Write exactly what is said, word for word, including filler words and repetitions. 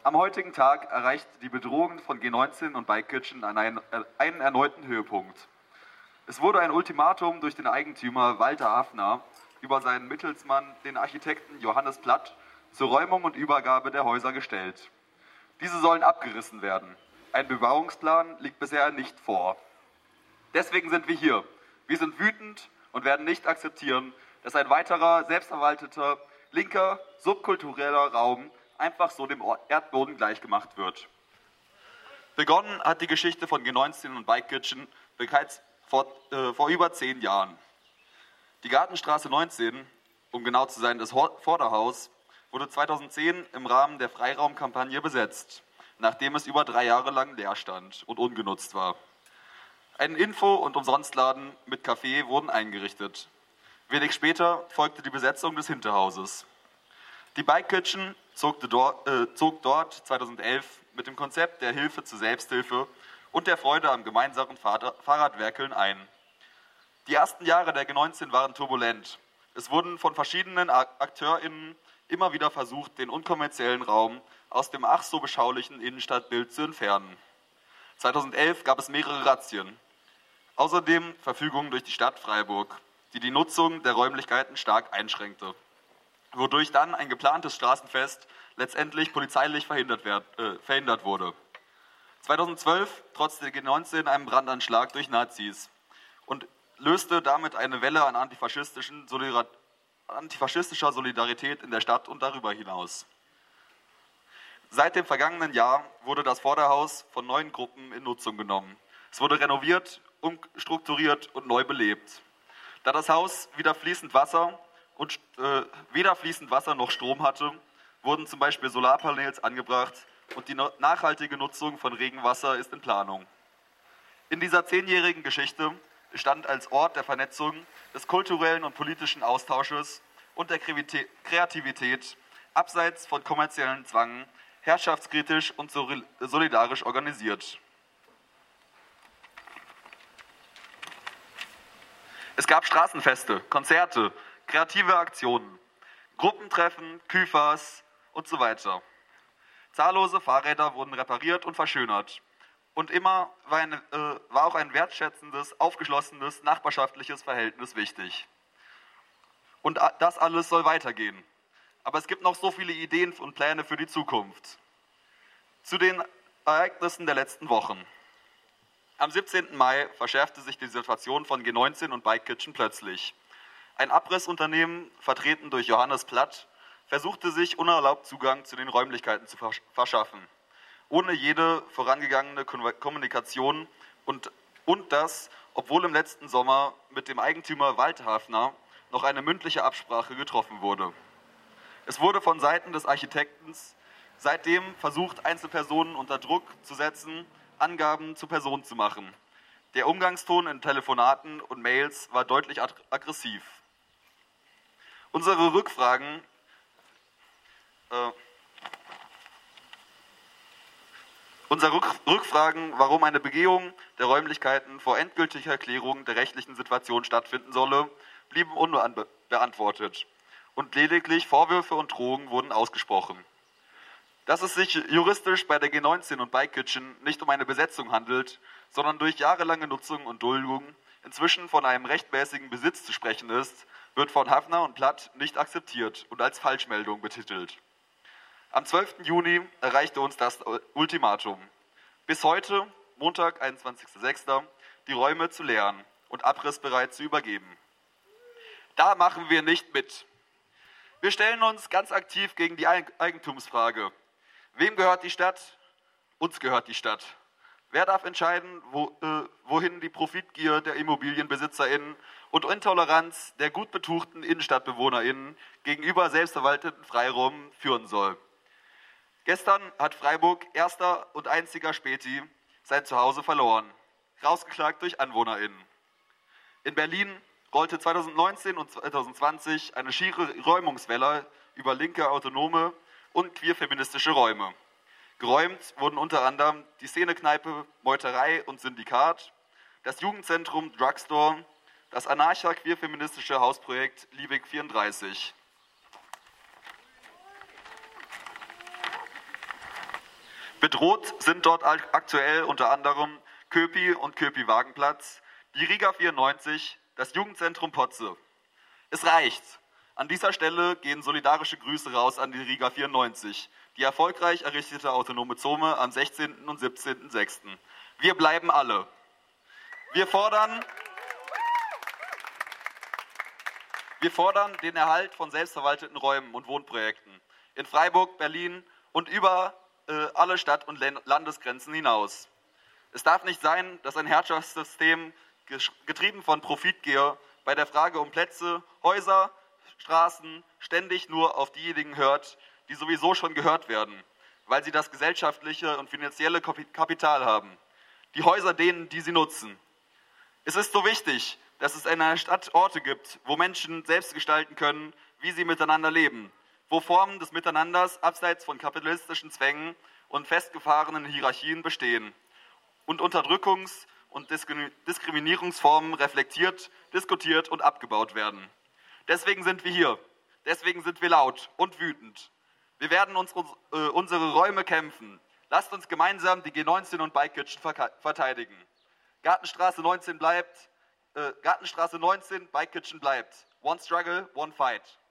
Am heutigen Tag erreicht die Bedrohung von G neunzehn und Bike Kitchen einen, einen erneuten Höhepunkt. Es wurde ein Ultimatum durch den Eigentümer Walter Hafner über seinen Mittelsmann, den Architekten Johannes Platt, zur Räumung und Übergabe der Häuser gestellt. Diese sollen abgerissen werden. Ein Bebauungsplan liegt bisher nicht vor. Deswegen sind wir hier. Wir sind wütend und werden nicht akzeptieren, dass ein weiterer, selbstverwalteter, linker, subkultureller Raum einfach so dem Erdboden gleichgemacht wird. Begonnen hat die Geschichte von G neunzehn und Bike Kitchen bereits vor, äh, vor über zehn Jahren. Die Gartenstraße neunzehn, um genau zu sein das Vorderhaus, wurde zweitausendzehn im Rahmen der Freiraumkampagne besetzt, nachdem es über drei Jahre lang leer stand und ungenutzt war. Ein Info- und Umsonstladen mit Café wurden eingerichtet. Wenig später folgte die Besetzung des Hinterhauses. Die Bike Kitchen zog dort, äh, zog dort zweitausendelf mit dem Konzept der Hilfe zur Selbsthilfe und der Freude am gemeinsamen Fahrradwerkeln ein. Die ersten Jahre der G neunzehn waren turbulent. Es wurden von verschiedenen AkteurInnen immer wieder versucht, den unkommerziellen Raum aus dem ach so beschaulichen Innenstadtbild zu entfernen. zweitausendelf gab es mehrere Razzien. Außerdem Verfügungen durch die Stadt Freiburg, die die Nutzung der Räumlichkeiten stark einschränkte, wodurch dann ein geplantes Straßenfest letztendlich polizeilich verhindert, werd, äh, verhindert wurde. zweitausendzwölf trotzte die G neunzehn einem Brandanschlag durch Nazis und löste damit eine Welle an antifaschistischen Solidar- antifaschistischer Solidarität in der Stadt und darüber hinaus. Seit dem vergangenen Jahr wurde das Vorderhaus von neuen Gruppen in Nutzung genommen. Es wurde renoviert, umstrukturiert und neu belebt. Da das Haus wieder fließend Wasser und äh, weder fließend Wasser noch Strom hatte, wurden zum Beispiel Solarpanels angebracht und die no- nachhaltige Nutzung von Regenwasser ist in Planung. In dieser zehnjährigen Geschichte stand als Ort der Vernetzung, des kulturellen und politischen Austausches und der Kreativität, abseits von kommerziellen Zwang, herrschaftskritisch und solidarisch organisiert. Es gab Straßenfeste, Konzerte, kreative Aktionen, Gruppentreffen, Küfers und so weiter. Zahllose Fahrräder wurden repariert und verschönert. Und immer war, eine, äh, war auch ein wertschätzendes, aufgeschlossenes, nachbarschaftliches Verhältnis wichtig. Und das alles soll weitergehen. Aber es gibt noch so viele Ideen und Pläne für die Zukunft. Zu den Ereignissen der letzten Wochen. Am siebzehnten Mai verschärfte sich die Situation von G neunzehn und Bike Kitchen plötzlich. Ein Abrissunternehmen, vertreten durch Johannes Platt, versuchte sich unerlaubt Zugang zu den Räumlichkeiten zu verschaffen, ohne jede vorangegangene Kommunikation und, und das, obwohl im letzten Sommer mit dem Eigentümer Walter Hafner noch eine mündliche Absprache getroffen wurde. Es wurde von Seiten des Architekten seitdem versucht, Einzelpersonen unter Druck zu setzen, Angaben zu Personen zu machen. Der Umgangston in Telefonaten und Mails war deutlich aggressiv. Unsere Rückfragen äh, Unsere Rückfragen, warum eine Begehung der Räumlichkeiten vor endgültiger Erklärung der rechtlichen Situation stattfinden solle, blieben unbeantwortet und lediglich Vorwürfe und Drohungen wurden ausgesprochen. Dass es sich juristisch bei der G neunzehn und Bike Kitchen nicht um eine Besetzung handelt, sondern durch jahrelange Nutzung und Duldung inzwischen von einem rechtmäßigen Besitz zu sprechen ist, wird von Hafner und Platt nicht akzeptiert und als Falschmeldung betitelt. Am zwölften Juni erreichte uns das Ultimatum. Bis heute, Montag, einundzwanzigster sechster, die Räume zu leeren und abrissbereit zu übergeben. Da machen wir nicht mit. Wir stellen uns ganz aktiv gegen die Eigentumsfrage. Wem gehört die Stadt? Uns gehört die Stadt. Wer darf entscheiden, wo, äh, wohin die Profitgier der ImmobilienbesitzerInnen und Intoleranz der gut betuchten InnenstadtbewohnerInnen gegenüber selbstverwalteten Freiräumen führen soll? Gestern hat Freiburg, erster und einziger Späti, sein Zuhause verloren, rausgeklagt durch AnwohnerInnen. In Berlin rollte zweitausendneunzehn und zweitausendzwanzig eine schiere Räumungswelle über linke, autonome und queerfeministische Räume. Geräumt wurden unter anderem die Szenekneipe Meuterei und Syndikat, das Jugendzentrum Drugstore, das anarcha-queerfeministische Hausprojekt Liebig vierunddreißig. Bedroht sind dort aktuell unter anderem Köpi und Köpi-Wagenplatz, die Riga vierundneunzig, das Jugendzentrum Potze. Es reicht. An dieser Stelle gehen solidarische Grüße raus an die Riga vierundneunzig, die erfolgreich errichtete autonome Zone am sechzehnten und siebzehnten sechsten Wir bleiben alle. Wir fordern, wir fordern den Erhalt von selbstverwalteten Räumen und Wohnprojekten in Freiburg, Berlin und über äh, alle Stadt- und Landesgrenzen hinaus. Es darf nicht sein, dass ein Herrschaftssystem, getrieben von Profitgier, bei der Frage um Plätze, Häuser, Straßen ständig nur auf diejenigen hört, die sowieso schon gehört werden, weil sie das gesellschaftliche und finanzielle Kapital haben. Die Häuser denen, die sie nutzen. Es ist so wichtig, dass es in einer Stadt Orte gibt, wo Menschen selbst gestalten können, wie sie miteinander leben, wo Formen des Miteinanders abseits von kapitalistischen Zwängen und festgefahrenen Hierarchien bestehen und Unterdrückungs- und Diskriminierungsformen reflektiert, diskutiert und abgebaut werden. Deswegen sind wir hier, deswegen sind wir laut und wütend. Wir werden unsere, äh, unsere Räume kämpfen. Lasst uns gemeinsam die G neunzehn und Bike Kitchen verteidigen. Gartenstraße neunzehn bleibt, äh, Gartenstraße neunzehn, Bike Kitchen bleibt. One struggle, one fight.